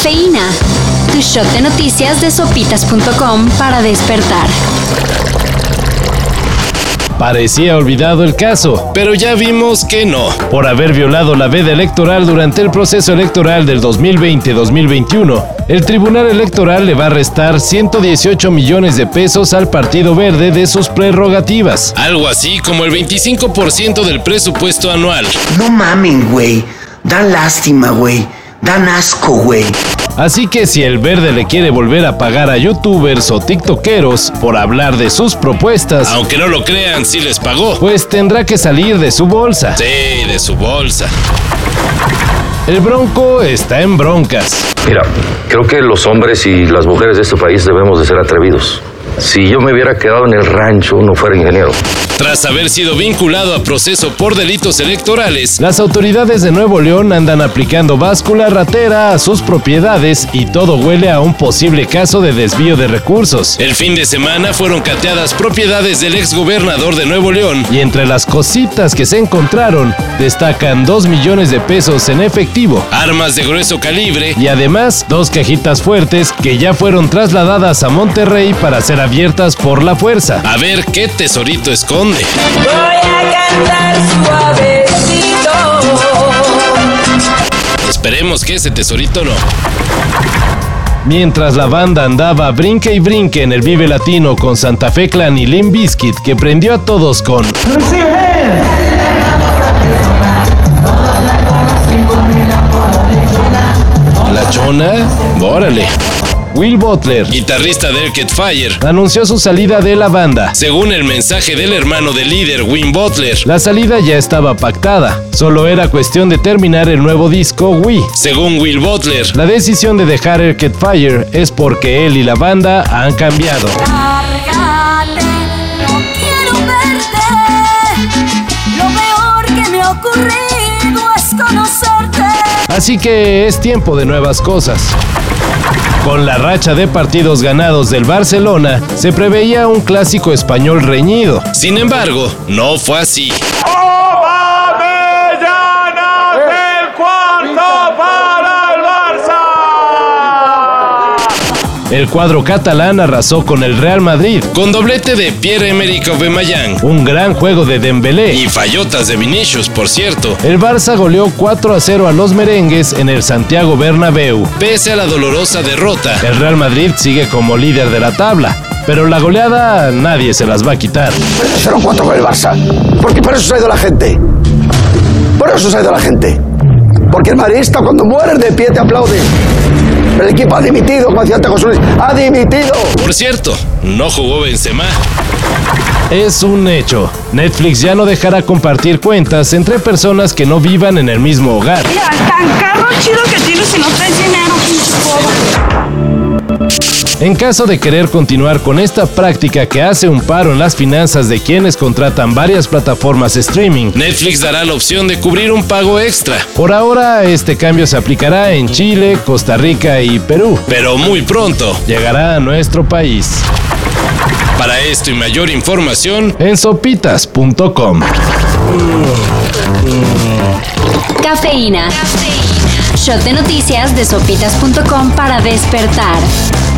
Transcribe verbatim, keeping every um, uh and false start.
Cafeína, tu shot de noticias de sopitas punto com para despertar. Parecía olvidado el caso, pero ya vimos que no. Por haber violado la veda electoral durante el proceso electoral del dos mil veinte dos mil veintiuno, el Tribunal Electoral le va a restar ciento dieciocho millones de pesos al Partido Verde de sus prerrogativas. Algo así como el veinticinco por ciento del presupuesto anual. No mamen, güey. Dan lástima, güey. Dan asco, güey. Así que si el Verde le quiere volver a pagar a youtubers o tiktokeros por hablar de sus propuestas, aunque no lo crean, sí les pagó, pues tendrá que salir de su bolsa. Sí, de su bolsa. El Bronco está en broncas. Mira, creo que los hombres y las mujeres de este país debemos de ser atrevidos. Si yo me hubiera quedado en el rancho, no fuera ingeniero. Tras haber sido vinculado a proceso por delitos electorales, las autoridades de Nuevo León andan aplicando báscula ratera a sus propiedades y todo huele a un posible caso de desvío de recursos. El fin de semana fueron cateadas propiedades del exgobernador de Nuevo León y entre las cositas que se encontraron destacan dos millones de pesos en efectivo, armas de grueso calibre y además dos cajitas fuertes que ya fueron trasladadas a Monterrey para ser abiertas por la fuerza. A ver qué tesorito esconde. Voy a cantar suavecito. Esperemos que ese tesorito no. Mientras la banda andaba brinque y brinque en el Vive Latino con Santa Fe Clan y Limp Bizkit, que prendió a todos con La Chona, órale. Will Butler, guitarrista de Arcade Fire, anunció su salida de la banda. Según el mensaje del hermano del líder, Will Butler, la salida ya estaba pactada. Solo era cuestión de terminar el nuevo disco Wii. Según Will Butler, la decisión de dejar Arcade Fire es porque él y la banda han cambiado. Lárgate, no quiero verte. Lo peor que me ha ocurrido es conocerte. Así que es tiempo de nuevas cosas. Con la racha de partidos ganados del Barcelona, se preveía un clásico español reñido. Sin embargo, no fue así. El cuadro catalán arrasó con el Real Madrid, con doblete de Pierre-Emerick Aubameyang, un gran juego de Dembélé y fallotas de Vinicius, por cierto. El Barça goleó cuatro a cero a los merengues en el Santiago Bernabéu. Pese a la dolorosa derrota, el Real Madrid sigue como líder de la tabla, pero la goleada nadie se las va a quitar. cero cuatro con el Barça. Porque por eso se ha ido la gente. Por eso se ha ido la gente. Porque el madridista cuando mueres de pie te aplaude. El equipo ha dimitido, como decía José Luis, ha dimitido. Por cierto, no jugó Benzema. Es un hecho. Netflix ya no dejará compartir cuentas entre personas que no vivan en el mismo hogar. Mira, tan carro chido que tienes si no traes dinero, pinche pobre. En caso de querer continuar con esta práctica que hace un paro en las finanzas de quienes contratan varias plataformas streaming, Netflix dará la opción de cubrir un pago extra. Por ahora, este cambio se aplicará en Chile, Costa Rica y Perú, pero muy pronto llegará a nuestro país. Para esto y mayor información, en sopitas punto com. Cafeína. Shot de noticias de sopitas punto com para despertar.